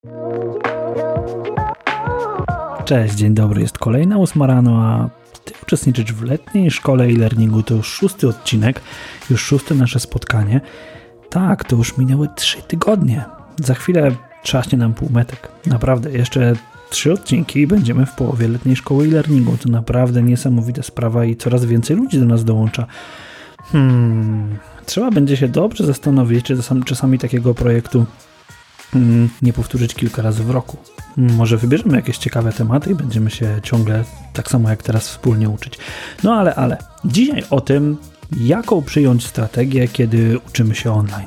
Cześć, dzień dobry, jest kolejna 8 rano, a Ty uczestniczysz w letniej szkole e-learningu, to już 6. odcinek, już 6. nasze spotkanie. Tak, to już minęły 3 tygodnie, za chwilę trzaśnie nam półmetek. Naprawdę, jeszcze 3 odcinki i będziemy w połowie letniej szkoły e-learningu, to naprawdę niesamowita sprawa i coraz więcej ludzi do nas dołącza. Trzeba będzie się dobrze zastanowić, czy czasami takiego projektu nie powtórzyć kilka razy w roku. Może wybierzemy jakieś ciekawe tematy i będziemy się ciągle, tak samo jak teraz, wspólnie uczyć. No ale dzisiaj o tym, jaką przyjąć strategię, kiedy uczymy się online.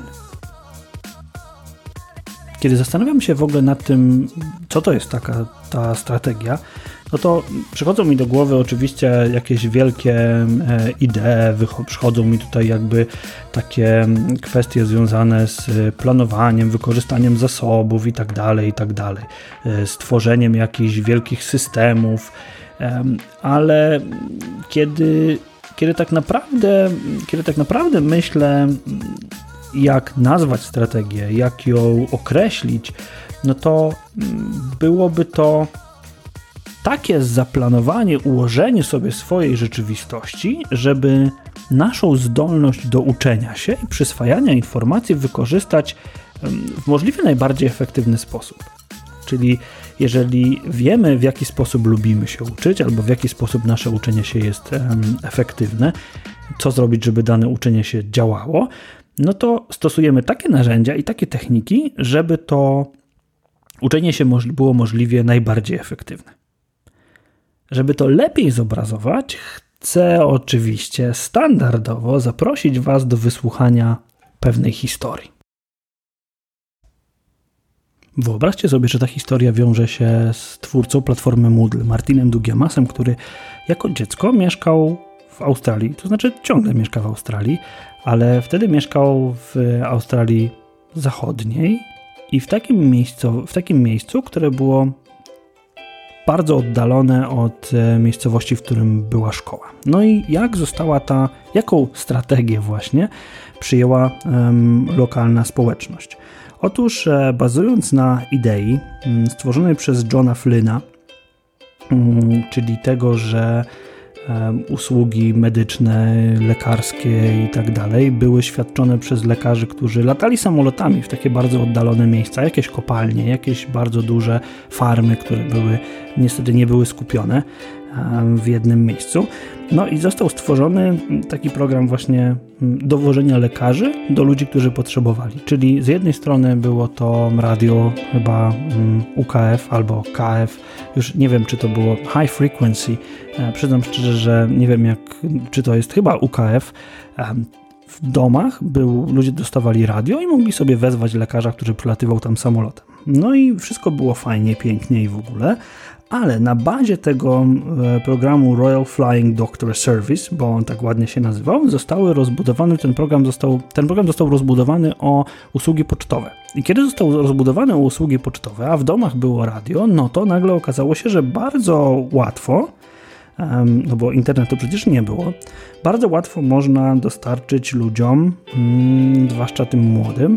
Kiedy zastanawiam się w ogóle nad tym, co to jest ta strategia, no to przychodzą mi do głowy oczywiście jakieś wielkie idee, przychodzą mi tutaj jakby takie kwestie związane z planowaniem, wykorzystaniem zasobów i tak dalej, z tworzeniem jakichś wielkich systemów, ale kiedy tak naprawdę myślę, jak nazwać strategię, jak ją określić, no to byłoby to takie zaplanowanie, ułożenie sobie swojej rzeczywistości, żeby naszą zdolność do uczenia się i przyswajania informacji wykorzystać w możliwie najbardziej efektywny sposób. Czyli jeżeli wiemy, w jaki sposób lubimy się uczyć, albo w jaki sposób nasze uczenie się jest efektywne, co zrobić, żeby dane uczenie się działało, no to stosujemy takie narzędzia i takie techniki, żeby to uczenie się było możliwie najbardziej efektywne. Żeby to lepiej zobrazować, chcę oczywiście standardowo zaprosić Was do wysłuchania pewnej historii. Wyobraźcie sobie, że ta historia wiąże się z twórcą platformy Moodle, Martinem Dougiamasem, który jako dziecko mieszkał w Australii, to znaczy ciągle mieszka w Australii, ale wtedy mieszkał w Australii Zachodniej i w takim miejscu, które było bardzo oddalone od miejscowości, w którym była szkoła. No i jaką strategię właśnie przyjęła lokalna społeczność? Otóż bazując na idei stworzonej przez Johna Flynna, czyli tego, że usługi medyczne, lekarskie i tak dalej były świadczone przez lekarzy, którzy latali samolotami w takie bardzo oddalone miejsca, jakieś kopalnie, jakieś bardzo duże farmy, które niestety nie były skupione w jednym miejscu. No i został stworzony taki program właśnie dowożenia lekarzy do ludzi, którzy potrzebowali. Czyli z jednej strony było to radio chyba UKF albo KF, już nie wiem, czy to było High Frequency. Przyznam szczerze, że nie wiem, czy to jest chyba UKF. W domach ludzie dostawali radio i mogli sobie wezwać lekarza, który przylatywał tam samolotem. No i wszystko było fajnie, pięknie i w ogóle, ale na bazie tego programu Royal Flying Doctor Service, bo on tak ładnie się nazywał, ten program został rozbudowany o usługi pocztowe. I kiedy został rozbudowany o usługi pocztowe, a w domach było radio, no to nagle okazało się, że bardzo łatwo, no bo internetu przecież nie było, bardzo łatwo można dostarczyć ludziom, zwłaszcza tym młodym,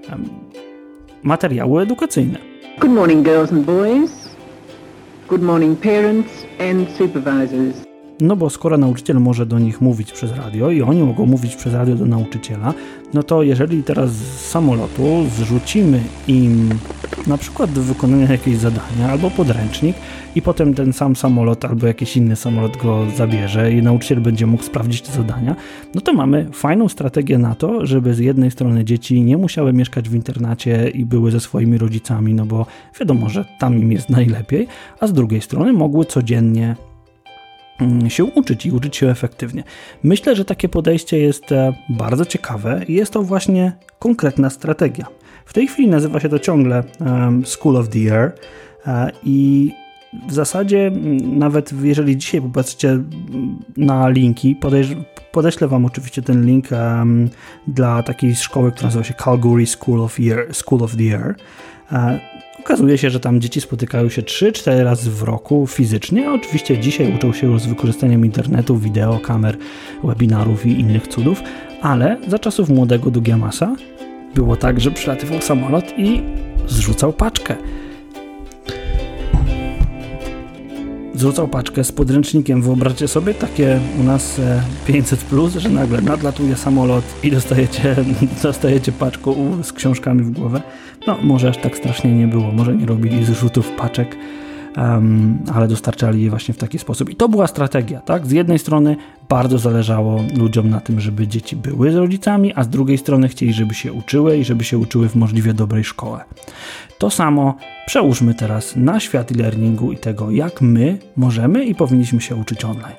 materiały edukacyjne. Good morning, girls and boys. Good morning, parents and supervisors. No bo skoro nauczyciel może do nich mówić przez radio i oni mogą mówić przez radio do nauczyciela, no to jeżeli teraz z samolotu zrzucimy im na przykład do wykonania jakieś zadania albo podręcznik i potem ten sam samolot albo jakiś inny samolot go zabierze i nauczyciel będzie mógł sprawdzić te zadania, no to mamy fajną strategię na to, żeby z jednej strony dzieci nie musiały mieszkać w internacie i były ze swoimi rodzicami, no bo wiadomo, że tam im jest najlepiej, a z drugiej strony mogły codziennie się uczyć i uczyć się efektywnie. Myślę, że takie podejście jest bardzo ciekawe i jest to właśnie konkretna strategia. W tej chwili nazywa się to ciągle School of the Year i w zasadzie nawet jeżeli dzisiaj popatrzycie na linki, podeślę Wam oczywiście ten link dla takiej szkoły, która nazywa się Kalgoorlie School of the Year. Okazuje się, że tam dzieci spotykają się 3-4 razy w roku fizycznie, a oczywiście dzisiaj uczą się już z wykorzystaniem internetu, wideo, kamer, webinarów i innych cudów, ale za czasów młodego Dougiamasa było tak, że przylatywał samolot i zrzucał paczkę. Zrzucał paczkę z podręcznikiem. Wyobraźcie sobie takie u nas 500+, że nagle nadlatuje samolot i dostajecie paczką z książkami w głowę. No, może aż tak strasznie nie było. Może nie robili zrzutów paczek, ale dostarczali je właśnie w taki sposób. I to była strategia, tak? Z jednej strony bardzo zależało ludziom na tym, żeby dzieci były z rodzicami, a z drugiej strony chcieli, żeby się uczyły i żeby się uczyły w możliwie dobrej szkole. To samo przełóżmy teraz na świat e-learningu i tego, jak my możemy i powinniśmy się uczyć online.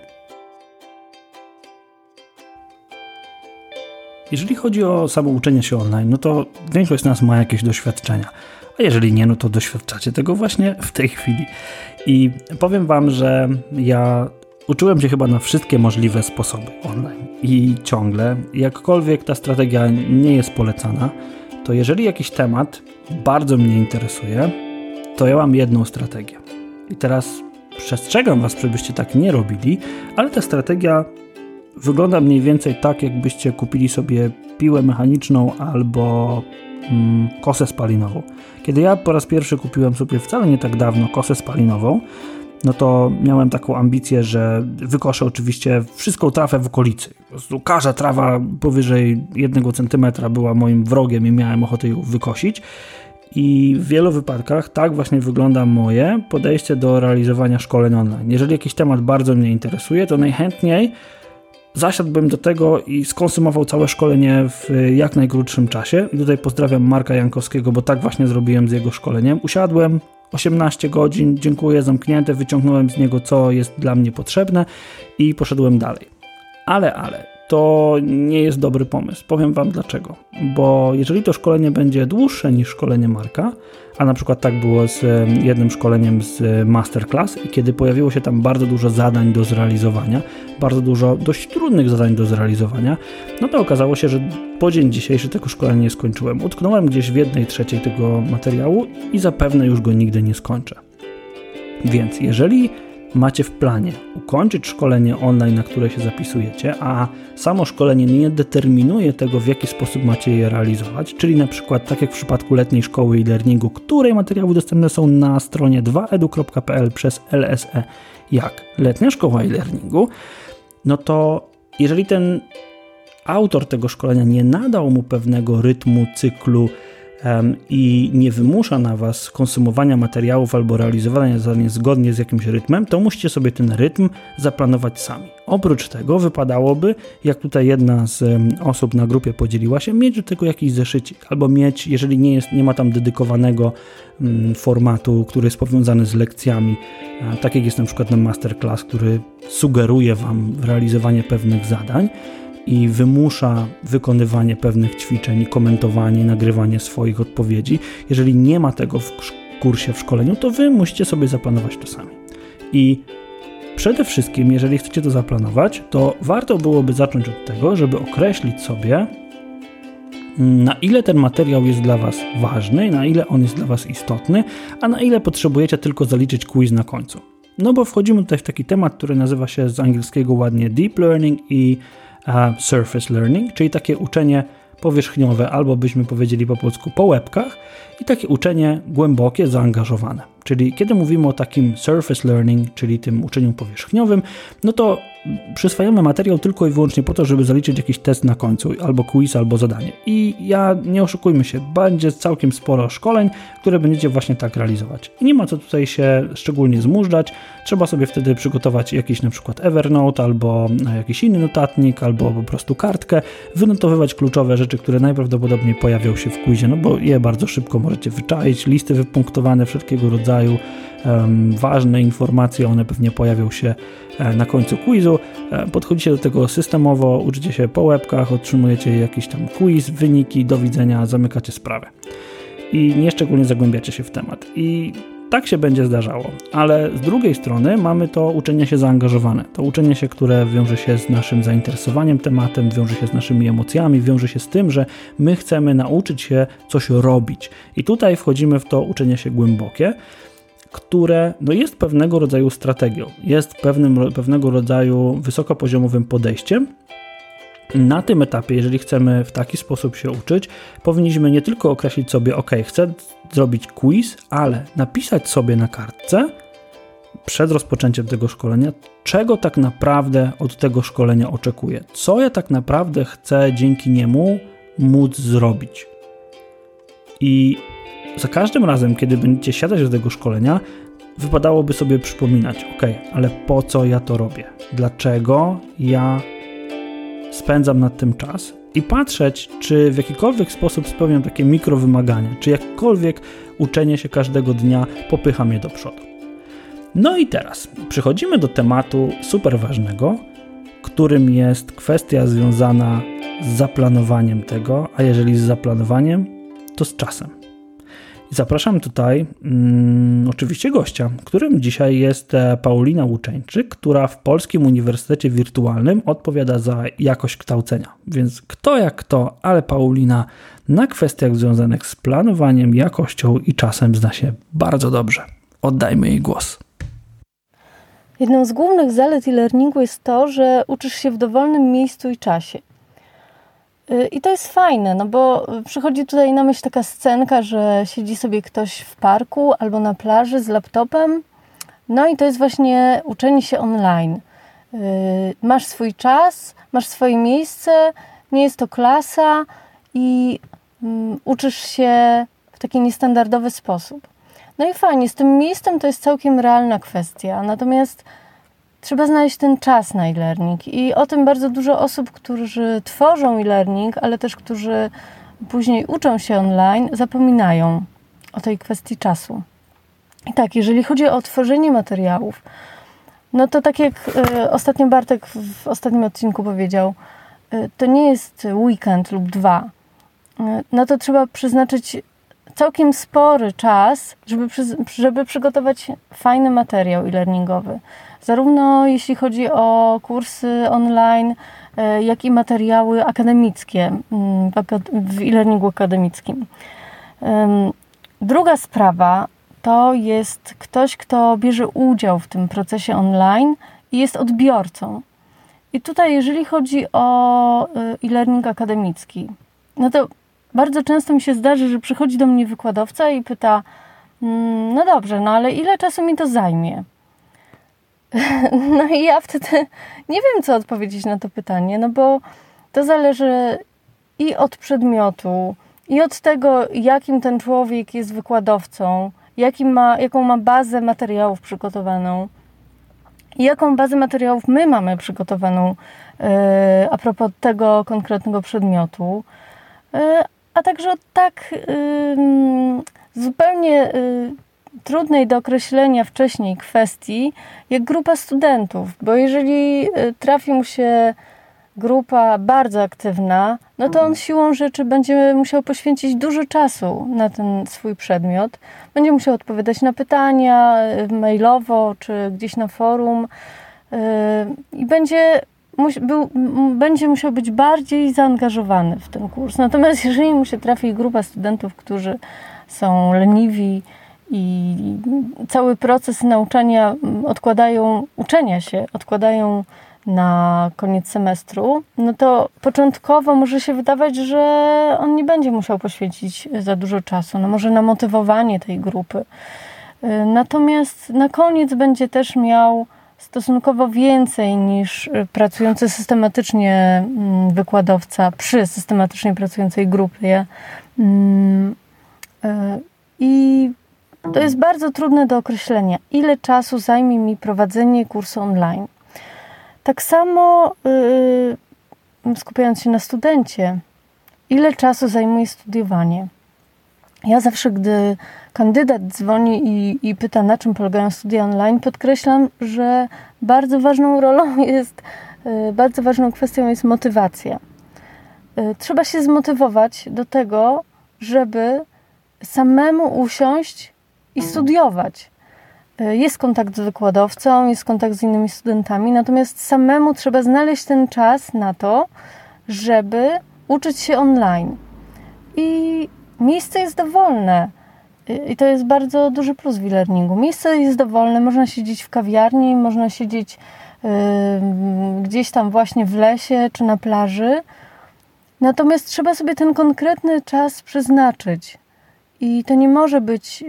Jeżeli chodzi o samo uczenie się online, no to większość z nas ma jakieś doświadczenia. A jeżeli nie, no to doświadczacie tego właśnie w tej chwili. I powiem wam, że ja uczyłem się chyba na wszystkie możliwe sposoby online. I ciągle, jakkolwiek ta strategia nie jest polecana, to jeżeli jakiś temat bardzo mnie interesuje, to ja mam jedną strategię. I teraz przestrzegam was, żebyście tak nie robili, ale ta strategia wygląda mniej więcej tak, jakbyście kupili sobie piłę mechaniczną albo kosę spalinową. Kiedy ja po raz pierwszy kupiłem sobie wcale nie tak dawno kosę spalinową, no to miałem taką ambicję, że wykoszę oczywiście wszystką trawę w okolicy. Po prostu każda trawa powyżej 1 cm była moim wrogiem i miałem ochotę ją wykosić. I w wielu wypadkach tak właśnie wygląda moje podejście do realizowania szkoleń online. Jeżeli jakiś temat bardzo mnie interesuje, to najchętniej zasiadłbym do tego i skonsumował całe szkolenie w jak najkrótszym czasie. I tutaj pozdrawiam Marka Jankowskiego, bo tak właśnie zrobiłem z jego szkoleniem. Usiadłem, 18 godzin, dziękuję, zamknięte, wyciągnąłem z niego, co jest dla mnie potrzebne i poszedłem dalej. Ale to nie jest dobry pomysł. Powiem wam dlaczego. Bo jeżeli to szkolenie będzie dłuższe niż szkolenie Marka, a na przykład tak było z jednym szkoleniem z Masterclass i kiedy pojawiło się tam bardzo dużo zadań do zrealizowania, bardzo dużo dość trudnych zadań do zrealizowania, no to okazało się, że po dzień dzisiejszy tego szkolenia nie skończyłem. Utknąłem gdzieś w 1/3 tego materiału i zapewne już go nigdy nie skończę. Więc jeżeli macie w planie ukończyć szkolenie online, na które się zapisujecie, a samo szkolenie nie determinuje tego, w jaki sposób macie je realizować, czyli na przykład tak jak w przypadku letniej szkoły e-learningu, której materiały dostępne są na stronie 2edu.pl przez LSE, jak letnia szkoła e-learningu, no to jeżeli ten autor tego szkolenia nie nadał mu pewnego rytmu, cyklu i nie wymusza na was konsumowania materiałów albo realizowania zadań zgodnie z jakimś rytmem, to musicie sobie ten rytm zaplanować sami. Oprócz tego wypadałoby, jak tutaj jedna z osób na grupie podzieliła się, mieć do tego jakiś zeszycik, albo mieć, jeżeli nie ma tam dedykowanego formatu, który jest powiązany z lekcjami, tak jak jest na przykład na Masterclass, który sugeruje wam realizowanie pewnych zadań i wymusza wykonywanie pewnych ćwiczeń, komentowanie, nagrywanie swoich odpowiedzi. Jeżeli nie ma tego w kursie, w szkoleniu, to wy musicie sobie zaplanować to sami. I przede wszystkim, jeżeli chcecie to zaplanować, to warto byłoby zacząć od tego, żeby określić sobie, na ile ten materiał jest dla was ważny, na ile on jest dla was istotny, a na ile potrzebujecie tylko zaliczyć quiz na końcu. No bo wchodzimy tutaj w taki temat, który nazywa się z angielskiego ładnie deep learning i surface learning, czyli takie uczenie powierzchniowe, albo byśmy powiedzieli po polsku po łebkach, i takie uczenie głębokie, zaangażowane. Czyli kiedy mówimy o takim surface learning, czyli tym uczeniu powierzchniowym, no to przyswajamy materiał tylko i wyłącznie po to, żeby zaliczyć jakiś test na końcu, albo quiz, albo zadanie. I nie oszukujmy się, będzie całkiem sporo szkoleń, które będziecie właśnie tak realizować. I nie ma co tutaj się szczególnie zmużdżać, trzeba sobie wtedy przygotować jakiś na przykład Evernote, albo jakiś inny notatnik, albo po prostu kartkę, wynotowywać kluczowe rzeczy, które najprawdopodobniej pojawią się w quizie, no bo je bardzo szybko możecie wyczaić, listy wypunktowane wszelkiego rodzaju, ważne informacje, one pewnie pojawią się na końcu quizu. Podchodzicie do tego systemowo, uczycie się po łebkach, otrzymujecie jakiś tam quiz, wyniki, do widzenia, zamykacie sprawę. I nie szczególnie zagłębiacie się w temat. I tak się będzie zdarzało. Ale z drugiej strony mamy to uczenie się zaangażowane. To uczenie się, które wiąże się z naszym zainteresowaniem tematem, wiąże się z naszymi emocjami, wiąże się z tym, że my chcemy nauczyć się coś robić. I tutaj wchodzimy w to uczenie się głębokie, które jest pewnego rodzaju strategią, jest pewnego rodzaju wysokopoziomowym podejściem, Na tym etapie, jeżeli chcemy w taki sposób się uczyć, powinniśmy nie tylko określić sobie, chcę zrobić quiz, ale napisać sobie na kartce przed rozpoczęciem tego szkolenia, czego tak naprawdę od tego szkolenia oczekuję. Co ja tak naprawdę chcę dzięki niemu móc zrobić. I za każdym razem, kiedy będziecie siadać do tego szkolenia, wypadałoby sobie przypominać, ale po co ja to robię? Dlaczego ja spędzam nad tym czas? I patrzeć, czy w jakikolwiek sposób spełniam takie mikrowymagania, czy jakkolwiek uczenie się każdego dnia popycha mnie do przodu. No i teraz przechodzimy do tematu super ważnego, którym jest kwestia związana z zaplanowaniem tego, a jeżeli z zaplanowaniem, to z czasem. I zapraszam tutaj oczywiście gościa, którym dzisiaj jest Paulina Łuczeńczyk, która w Polskim Uniwersytecie Wirtualnym odpowiada za jakość kształcenia. Więc kto jak kto, ale Paulina na kwestiach związanych z planowaniem, jakością i czasem zna się bardzo dobrze. Oddajmy jej głos. Jedną z głównych zalet e-learningu jest to, że uczysz się w dowolnym miejscu i czasie. I to jest fajne, bo przychodzi tutaj na myśl taka scenka, że siedzi sobie ktoś w parku albo na plaży z laptopem. No i to jest właśnie uczenie się online. Masz swój czas, masz swoje miejsce, nie jest to klasa i uczysz się w taki niestandardowy sposób. No i fajnie, z tym miejscem to jest całkiem realna kwestia, natomiast trzeba znaleźć ten czas na e-learning i o tym bardzo dużo osób, którzy tworzą e-learning, ale też którzy później uczą się online, zapominają o tej kwestii czasu. I jeżeli chodzi o tworzenie materiałów, no to tak jak ostatnio Bartek w ostatnim odcinku powiedział, to nie jest weekend lub 2. No to trzeba przeznaczyć całkiem spory czas, żeby przygotować fajny materiał e-learningowy. Zarówno jeśli chodzi o kursy online, jak i materiały akademickie w e-learningu akademickim. Druga sprawa to jest ktoś, kto bierze udział w tym procesie online i jest odbiorcą. I tutaj jeżeli chodzi o e-learning akademicki, no to bardzo często mi się zdarzy, że przychodzi do mnie wykładowca i pyta, no dobrze, ale ile czasu mi to zajmie? No i ja wtedy nie wiem, co odpowiedzieć na to pytanie, bo to zależy i od przedmiotu, i od tego, jakim ten człowiek jest wykładowcą, jaką ma bazę materiałów przygotowaną i jaką bazę materiałów my mamy przygotowaną a propos tego konkretnego przedmiotu, a także od zupełnie trudnej do określenia wcześniej kwestii, jak grupa studentów, bo jeżeli trafi mu się grupa bardzo aktywna, no to on siłą rzeczy będzie musiał poświęcić dużo czasu na ten swój przedmiot. Będzie musiał odpowiadać na pytania mailowo czy gdzieś na forum i będzie musiał być bardziej zaangażowany w ten kurs. Natomiast jeżeli mu się trafi grupa studentów, którzy są leniwi i cały proces nauczania odkładają na koniec semestru, no to początkowo może się wydawać, że on nie będzie musiał poświęcić za dużo czasu, może na motywowanie tej grupy. Natomiast na koniec będzie też miał stosunkowo więcej niż pracujący systematycznie wykładowca przy systematycznie pracującej grupie. I to jest bardzo trudne do określenia, ile czasu zajmie mi prowadzenie kursu online. Tak samo skupiając się na studencie, ile czasu zajmuje studiowanie. Ja zawsze, gdy kandydat dzwoni i pyta, na czym polegają studia online, podkreślam, że bardzo ważną kwestią jest motywacja. Trzeba się zmotywować do tego, żeby samemu usiąść i studiować. Jest kontakt z wykładowcą, jest kontakt z innymi studentami, natomiast samemu trzeba znaleźć ten czas na to, żeby uczyć się online. I miejsce jest dowolne. I to jest bardzo duży plus w e-learningu. Miejsce jest dowolne, można siedzieć w kawiarni, można siedzieć gdzieś tam właśnie w lesie czy na plaży. Natomiast trzeba sobie ten konkretny czas przeznaczyć. I to nie może być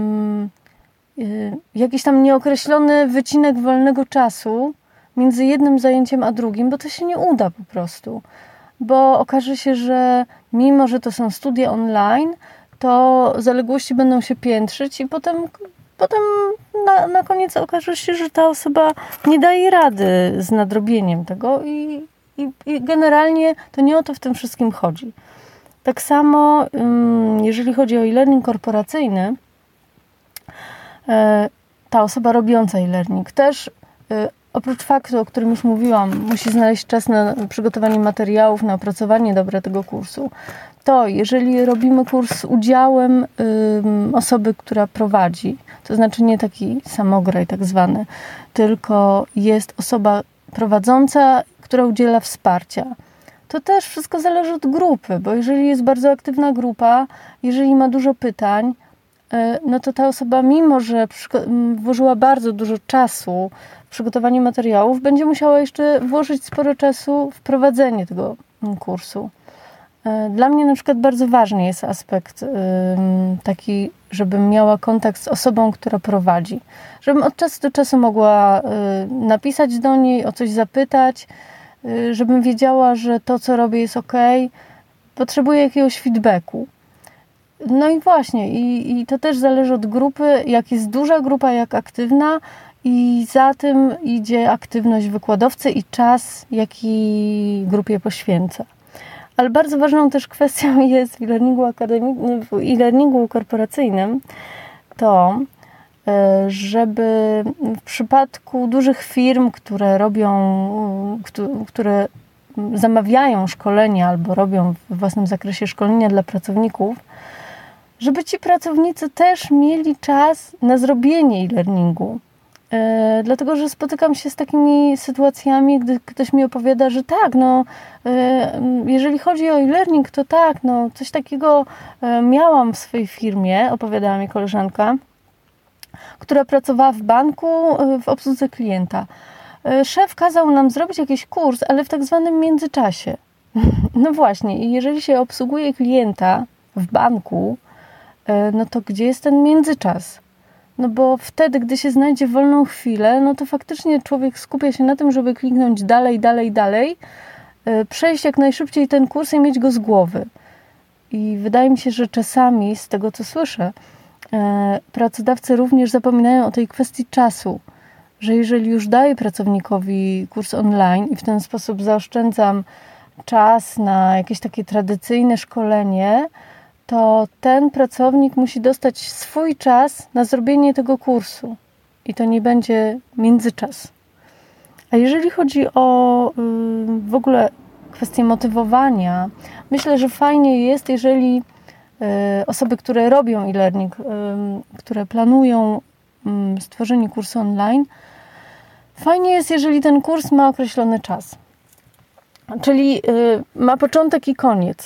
jakiś tam nieokreślony wycinek wolnego czasu między jednym zajęciem a drugim, bo to się nie uda po prostu. Bo okaże się, że mimo, że to są studia online, to zaległości będą się piętrzyć i potem na koniec okaże się, że ta osoba nie daje rady z nadrobieniem tego i generalnie to nie o to w tym wszystkim chodzi. Tak samo jeżeli chodzi o e-learning korporacyjny, ta osoba robiąca e-learning też oprócz faktu, o którym już mówiłam, musi znaleźć czas na przygotowanie materiałów, na opracowanie dobre tego kursu. To jeżeli robimy kurs z udziałem osoby, która prowadzi, to znaczy nie taki samograj tak zwany, tylko jest osoba prowadząca, która udziela wsparcia. To też wszystko zależy od grupy, bo jeżeli jest bardzo aktywna grupa, jeżeli ma dużo pytań, no to ta osoba, mimo że włożyła bardzo dużo czasu w przygotowanie materiałów, będzie musiała jeszcze włożyć sporo czasu w prowadzenie tego kursu. Dla mnie na przykład bardzo ważny jest aspekt taki, żebym miała kontakt z osobą, która prowadzi. Żebym od czasu do czasu mogła napisać do niej, o coś zapytać, żebym wiedziała, że to, co robię, jest ok. Potrzebuję jakiegoś feedbacku. No i właśnie, i to też zależy od grupy, jak jest duża grupa, jak aktywna i za tym idzie aktywność wykładowcy i czas, jaki grupie poświęca. Ale bardzo ważną też kwestią jest w e-learningu korporacyjnym to, żeby w przypadku dużych firm, które zamawiają szkolenia albo robią w własnym zakresie szkolenia dla pracowników, żeby ci pracownicy też mieli czas na zrobienie e-learningu. Dlatego, że spotykam się z takimi sytuacjami, gdy ktoś mi opowiada, że tak, jeżeli chodzi o e-learning, to tak, coś takiego miałam w swojej firmie, opowiadała mi koleżanka, która pracowała w banku w obsłudze klienta. Szef kazał nam zrobić jakiś kurs, ale w tak zwanym międzyczasie. No właśnie, i jeżeli się obsługuje klienta w banku, no to gdzie jest ten międzyczas? No bo wtedy, gdy się znajdzie wolną chwilę, no to faktycznie człowiek skupia się na tym, żeby kliknąć dalej, przejść jak najszybciej ten kurs i mieć go z głowy. I wydaje mi się, że czasami, z tego co słyszę, pracodawcy również zapominają o tej kwestii czasu, że jeżeli już daję pracownikowi kurs online i w ten sposób zaoszczędzam czas na jakieś takie tradycyjne szkolenie, to ten pracownik musi dostać swój czas na zrobienie tego kursu. I to nie będzie międzyczas. A jeżeli chodzi o w ogóle kwestię motywowania, myślę, że fajnie jest, jeżeli osoby, które robią e-learning, które planują stworzenie kursu online, fajnie jest, jeżeli ten kurs ma określony czas. Czyli ma początek i koniec.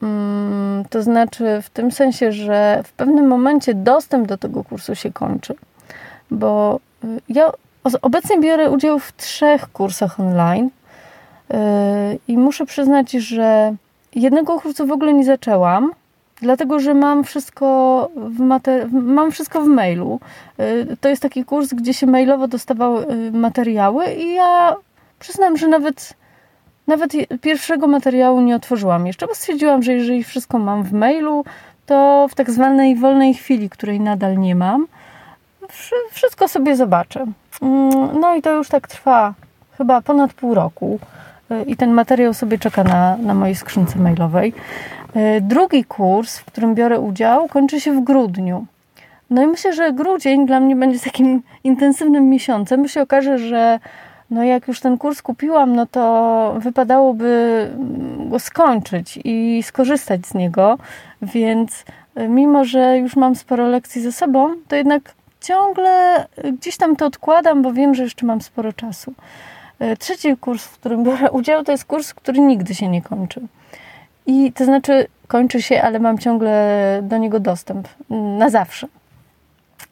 To znaczy w tym sensie, że w pewnym momencie dostęp do tego kursu się kończy. Bo ja obecnie biorę udział w 3 kursach online i muszę przyznać, że jednego kursu w ogóle nie zaczęłam, dlatego że mam wszystko w mailu. To jest taki kurs, gdzie się mailowo dostawały materiały i ja przyznam, że nawet pierwszego materiału nie otworzyłam jeszcze, bo stwierdziłam, że jeżeli wszystko mam w mailu, to w tak zwanej wolnej chwili, której nadal nie mam, wszystko sobie zobaczę. No i to już tak trwa chyba ponad pół roku i ten materiał sobie czeka na mojej skrzynce mailowej. Drugi kurs, w którym biorę udział, kończy się w grudniu. No i myślę, że grudzień dla mnie będzie takim intensywnym miesiącem, bo się okaże, że jak już ten kurs kupiłam, no to wypadałoby go skończyć i skorzystać z niego, więc mimo, że już mam sporo lekcji ze sobą, to jednak ciągle gdzieś tam to odkładam, bo wiem, że jeszcze mam sporo czasu. Trzeci kurs, w którym biorę udział, to jest kurs, który nigdy się nie kończy. I to znaczy kończy się, ale mam ciągle do niego dostęp na zawsze.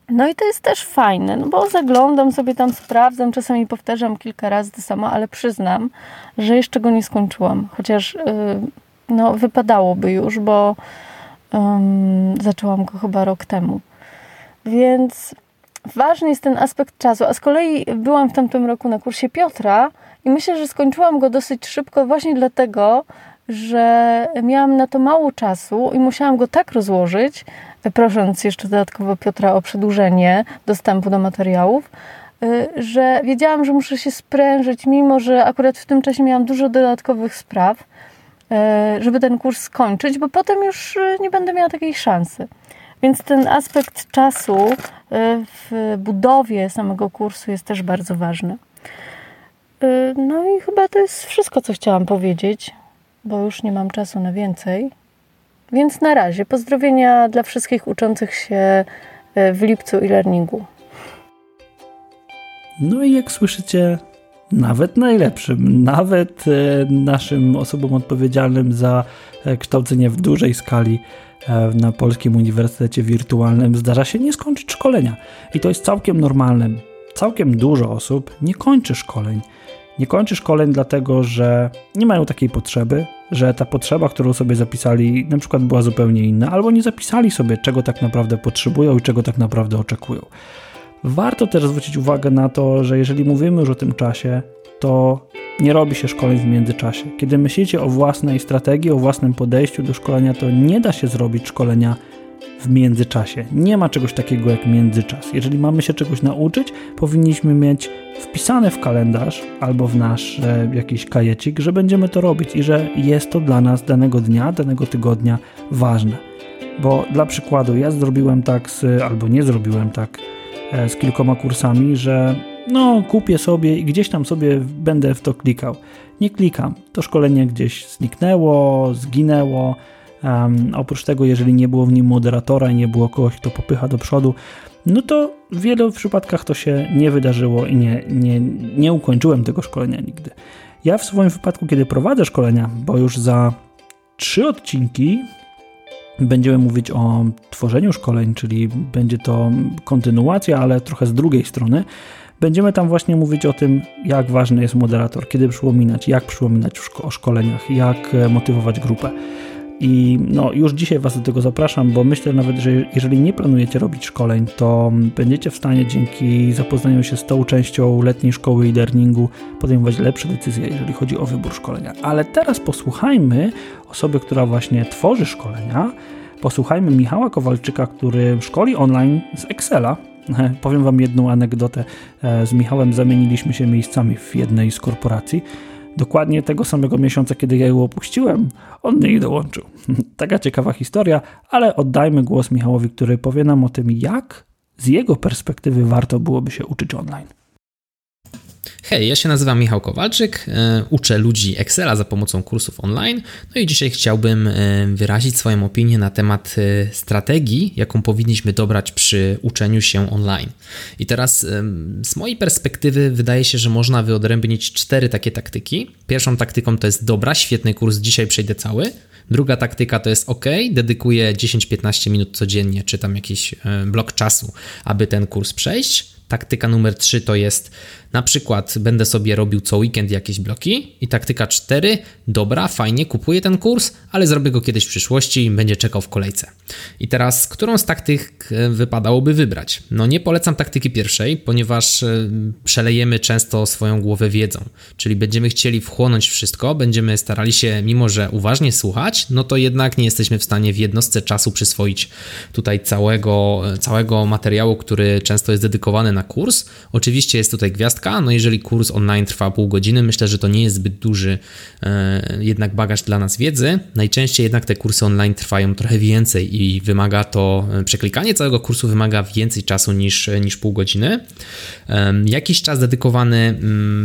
No i to jest też fajne, no bo zaglądam sobie tam, sprawdzam, czasami powtarzam kilka razy to samo, ale przyznam, że jeszcze go nie skończyłam. Chociaż no, wypadałoby już, bo zaczęłam go chyba rok temu. Więc ważny jest ten aspekt czasu. A z kolei byłam w tamtym roku na kursie Piotra i myślę, że skończyłam go dosyć szybko właśnie dlatego, że miałam na to mało czasu i musiałam go tak rozłożyć, prosząc jeszcze dodatkowo Piotra o przedłużenie dostępu do materiałów, że wiedziałam, że muszę się sprężyć, mimo że akurat w tym czasie miałam dużo dodatkowych spraw, żeby ten kurs skończyć, bo potem już nie będę miała takiej szansy. Więc ten aspekt czasu w budowie samego kursu jest też bardzo ważny. No i chyba to jest wszystko, co chciałam powiedzieć, bo już nie mam czasu na więcej. Więc na razie pozdrowienia dla wszystkich uczących się w lipcu e-learningu. No i jak słyszycie, nawet najlepszym, nawet naszym osobom odpowiedzialnym za kształcenie w dużej skali na Polskim Uniwersytecie Wirtualnym zdarza się nie skończyć szkolenia. I to jest całkiem normalne. Całkiem dużo osób nie kończy szkoleń. Nie kończy szkoleń dlatego, że nie mają takiej potrzeby, że ta potrzeba, którą sobie zapisali, na przykład była zupełnie inna, albo nie zapisali sobie, czego tak naprawdę potrzebują i czego tak naprawdę oczekują. Warto też zwrócić uwagę na to, że jeżeli mówimy już o tym czasie, to nie robi się szkoleń w międzyczasie. Kiedy myślicie o własnej strategii, o własnym podejściu do szkolenia, to nie da się zrobić szkolenia w międzyczasie. Nie ma czegoś takiego jak międzyczas. Jeżeli mamy się czegoś nauczyć, powinniśmy mieć wpisane w kalendarz albo w nasz jakiś kajecik, że będziemy to robić i że jest to dla nas danego dnia, danego tygodnia ważne. Bo dla przykładu ja zrobiłem tak albo nie zrobiłem tak z kilkoma kursami, że kupię sobie i gdzieś tam sobie będę w to klikał. Nie klikam. To szkolenie gdzieś zniknęło, zginęło. Oprócz tego, jeżeli nie było w nim moderatora i nie było kogoś, kto popycha do przodu, no to w wielu przypadkach to się nie wydarzyło i nie ukończyłem tego szkolenia nigdy. Ja w swoim wypadku, kiedy prowadzę szkolenia, bo już za 3 odcinki będziemy mówić o tworzeniu szkoleń, czyli będzie to kontynuacja, ale trochę z drugiej strony. Będziemy tam właśnie mówić o tym, jak ważny jest moderator, kiedy przypominać, jak przypominać o szkoleniach, jak motywować grupę. I już dzisiaj Was do tego zapraszam, bo myślę nawet, że jeżeli nie planujecie robić szkoleń, to będziecie w stanie dzięki zapoznaniu się z tą częścią letniej szkoły e-learningu podejmować lepsze decyzje, jeżeli chodzi o wybór szkolenia. Ale teraz posłuchajmy osoby, która właśnie tworzy szkolenia. Posłuchajmy Michała Kowalczyka, który szkoli online z Excela. Powiem Wam jedną anegdotę. Z Michałem zamieniliśmy się miejscami w jednej z korporacji. Dokładnie tego samego miesiąca, kiedy ja ją opuściłem, on mnie dołączył. Taka ciekawa historia, ale oddajmy głos Michałowi, który powie nam o tym, jak z jego perspektywy warto byłoby się uczyć online. Hej, ja się nazywam Michał Kowalczyk, uczę ludzi Excela za pomocą kursów online, no i dzisiaj chciałbym wyrazić swoją opinię na temat strategii, jaką powinniśmy dobrać przy uczeniu się online. I teraz z mojej perspektywy wydaje się, że można wyodrębnić 4 takie taktyki. Pierwszą taktyką to jest dobra, świetny kurs, dzisiaj przejdę cały. Druga taktyka to jest dedykuję 10-15 minut codziennie, czy tam jakiś blok czasu, aby ten kurs przejść. Taktyka numer 3 to jest na przykład będę sobie robił co weekend jakieś bloki i taktyka 4, dobra, fajnie, kupuję ten kurs, ale zrobię go kiedyś w przyszłości i będzie czekał w kolejce. I teraz, którą z taktyk wypadałoby wybrać? Nie polecam taktyki pierwszej, ponieważ przelejemy często swoją głowę wiedzą, czyli będziemy chcieli wchłonąć wszystko, będziemy starali się, mimo że uważnie słuchać, to jednak nie jesteśmy w stanie w jednostce czasu przyswoić tutaj całego materiału, który często jest dedykowany na kurs. Oczywiście jest tutaj gwiazdka, jeżeli kurs online trwa pół godziny, myślę, że to nie jest zbyt duży jednak bagaż dla nas wiedzy. Najczęściej jednak te kursy online trwają trochę więcej i wymaga to, przeklikanie całego kursu wymaga więcej czasu niż pół godziny. Jakiś czas dedykowany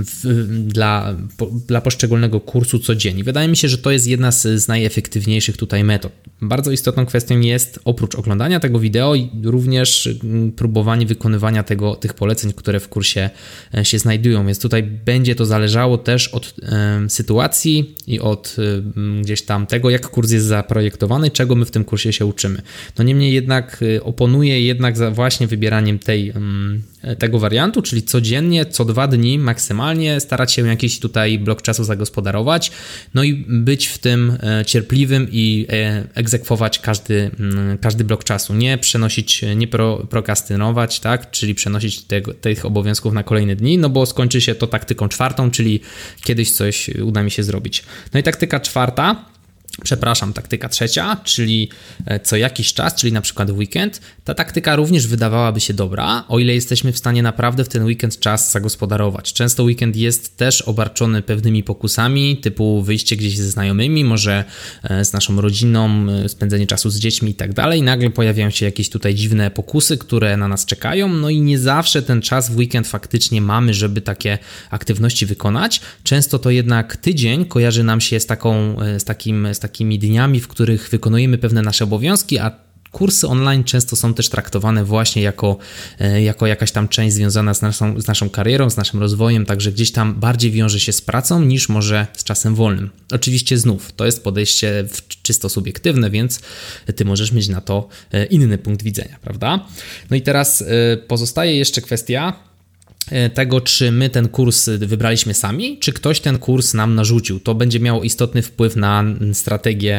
dla poszczególnego kursu codziennie. Wydaje mi się, że to jest jedna z najefektywniejszych tutaj metod. Bardzo istotną kwestią jest, oprócz oglądania tego wideo, również próbowanie wykonywania tego tych poleceń, które w kursie się znajdują, więc tutaj będzie to zależało też od sytuacji i od gdzieś tam tego, jak kurs jest zaprojektowany, czego my w tym kursie się uczymy. No niemniej jednak oponuję jednak za właśnie wybieraniem tego wariantu, czyli codziennie, co 2 dni maksymalnie starać się jakiś tutaj blok czasu zagospodarować, no i być w tym cierpliwym i egzekwować każdy blok czasu, nie przenosić, nie prokrastynować, tak, czyli przenosić tych obowiązków na kolejne dni, no bo skończy się to taktyką 4, czyli kiedyś coś uda mi się zrobić. No i taktyka 3, czyli co jakiś czas, czyli na przykład w weekend, ta taktyka również wydawałaby się dobra, o ile jesteśmy w stanie naprawdę w ten weekend czas zagospodarować. Często weekend jest też obarczony pewnymi pokusami, typu wyjście gdzieś ze znajomymi, może z naszą rodziną, spędzenie czasu z dziećmi i tak dalej. Nagle pojawiają się jakieś tutaj dziwne pokusy, które na nas czekają, no i nie zawsze ten czas w weekend faktycznie mamy, żeby takie aktywności wykonać. Często to jednak tydzień kojarzy nam się z takimi dniami, w których wykonujemy pewne nasze obowiązki, a kursy online często są też traktowane właśnie jako jakaś tam część związana z naszą karierą, z naszym rozwojem, także gdzieś tam bardziej wiąże się z pracą niż może z czasem wolnym. Oczywiście znów, to jest podejście czysto subiektywne, więc ty możesz mieć na to inny punkt widzenia, prawda? No i teraz pozostaje jeszcze kwestia tego, czy my ten kurs wybraliśmy sami, czy ktoś ten kurs nam narzucił. To będzie miało istotny wpływ na strategię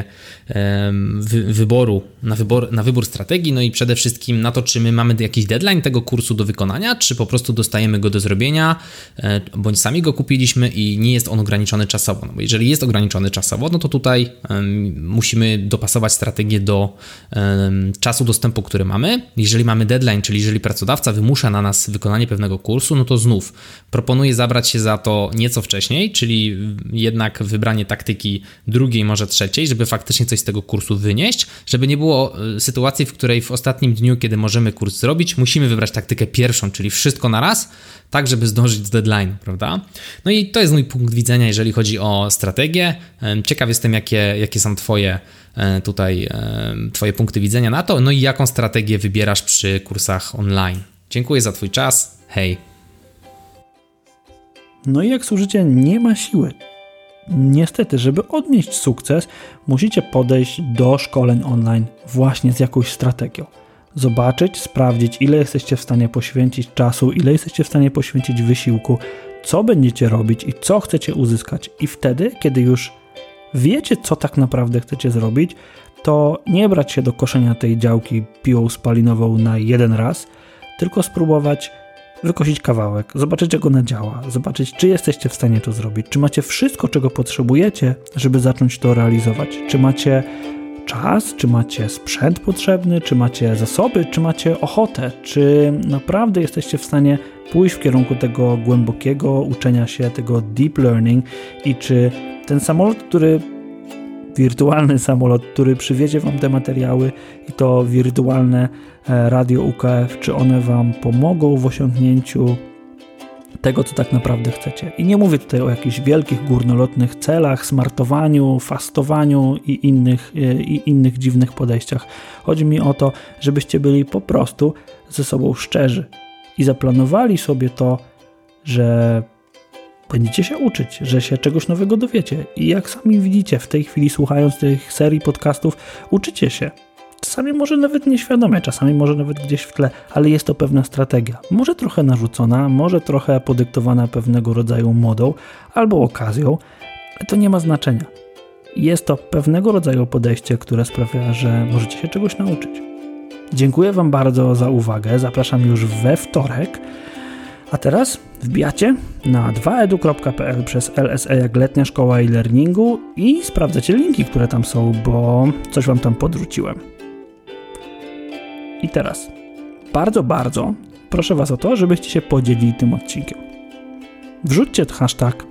na wybór strategii, no i przede wszystkim na to, czy my mamy jakiś deadline tego kursu do wykonania, czy po prostu dostajemy go do zrobienia, bądź sami go kupiliśmy i nie jest on ograniczony czasowo. No bo jeżeli jest ograniczony czasowo, no to tutaj musimy dopasować strategię do czasu dostępu, który mamy. Jeżeli mamy deadline, czyli jeżeli pracodawca wymusza na nas wykonanie pewnego kursu, no to znów proponuję zabrać się za to nieco wcześniej, czyli jednak wybranie taktyki 2, może 3, żeby faktycznie coś z tego kursu wynieść, żeby nie było sytuacji, w której w ostatnim dniu, kiedy możemy kurs zrobić, musimy wybrać taktykę 1, czyli wszystko na raz, tak żeby zdążyć z deadline, prawda? No i to jest mój punkt widzenia, jeżeli chodzi o strategię. Ciekaw jestem, jakie są Twoje punkty widzenia na to, no i jaką strategię wybierasz przy kursach online. Dziękuję za Twój czas. Hej! No i jak służycie, nie ma siły. Niestety, żeby odnieść sukces, musicie podejść do szkoleń online właśnie z jakąś strategią. Zobaczyć, sprawdzić, ile jesteście w stanie poświęcić czasu, ile jesteście w stanie poświęcić wysiłku, co będziecie robić i co chcecie uzyskać. I wtedy, kiedy już wiecie, co tak naprawdę chcecie zrobić, to nie brać się do koszenia tej działki piłą spalinową na jeden raz, tylko spróbować wykosić kawałek, zobaczyć, jak ona działa, zobaczyć, czy jesteście w stanie to zrobić, czy macie wszystko, czego potrzebujecie, żeby zacząć to realizować, czy macie czas, czy macie sprzęt potrzebny, czy macie zasoby, czy macie ochotę, czy naprawdę jesteście w stanie pójść w kierunku tego głębokiego uczenia się, tego deep learning i czy ten wirtualny samolot, który przywiezie wam te materiały i to wirtualne radio UKF, czy one wam pomogą w osiągnięciu tego, co tak naprawdę chcecie. I nie mówię tutaj o jakichś wielkich, górnolotnych celach, smartowaniu, fastowaniu i innych dziwnych podejściach. Chodzi mi o to, żebyście byli po prostu ze sobą szczerzy i zaplanowali sobie to, że będziecie się uczyć, że się czegoś nowego dowiecie. I jak sami widzicie, w tej chwili słuchając tych serii podcastów, uczycie się. Czasami może nawet nieświadomie, czasami może nawet gdzieś w tle, ale jest to pewna strategia. Może trochę narzucona, może trochę podyktowana pewnego rodzaju modą albo okazją, ale to nie ma znaczenia. Jest to pewnego rodzaju podejście, które sprawia, że możecie się czegoś nauczyć. Dziękuję Wam bardzo za uwagę. Zapraszam już we wtorek. A teraz wbijacie na 2edu.pl przez LSE jak letnia szkoła e-learningu i sprawdzacie linki, które tam są, bo coś Wam tam podrzuciłem. I teraz bardzo, bardzo proszę Was o to, żebyście się podzielili tym odcinkiem. Wrzućcie hashtag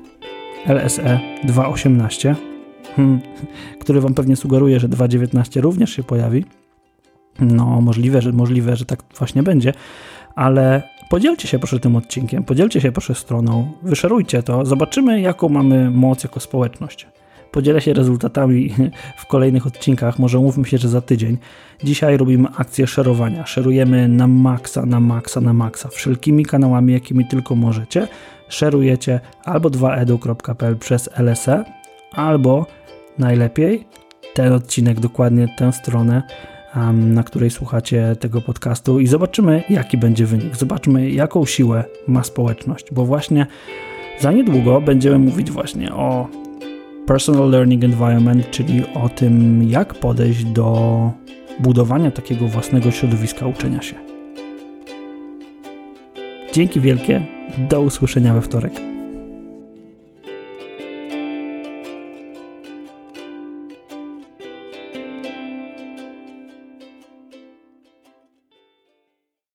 LSE218, który Wam pewnie sugeruje, że 2.19 również się pojawi. No, możliwe, że tak właśnie będzie, ale podzielcie się proszę tym odcinkiem, podzielcie się proszę stroną, wyszerujcie to, zobaczymy jaką mamy moc jako społeczność. podzielę się rezultatami w kolejnych odcinkach, może umówmy się, że za tydzień. Dzisiaj robimy akcję szerowania, szerujemy na maksa, wszelkimi kanałami, jakimi tylko możecie. Szerujecie albo 2edu.pl przez LSE, albo najlepiej ten odcinek, dokładnie tę stronę, na której słuchacie tego podcastu i zobaczymy, jaki będzie wynik. Zobaczmy, jaką siłę ma społeczność, bo właśnie za niedługo będziemy mówić właśnie o Personal Learning Environment, czyli o tym, jak podejść do budowania takiego własnego środowiska uczenia się. Dzięki wielkie, do usłyszenia we wtorek.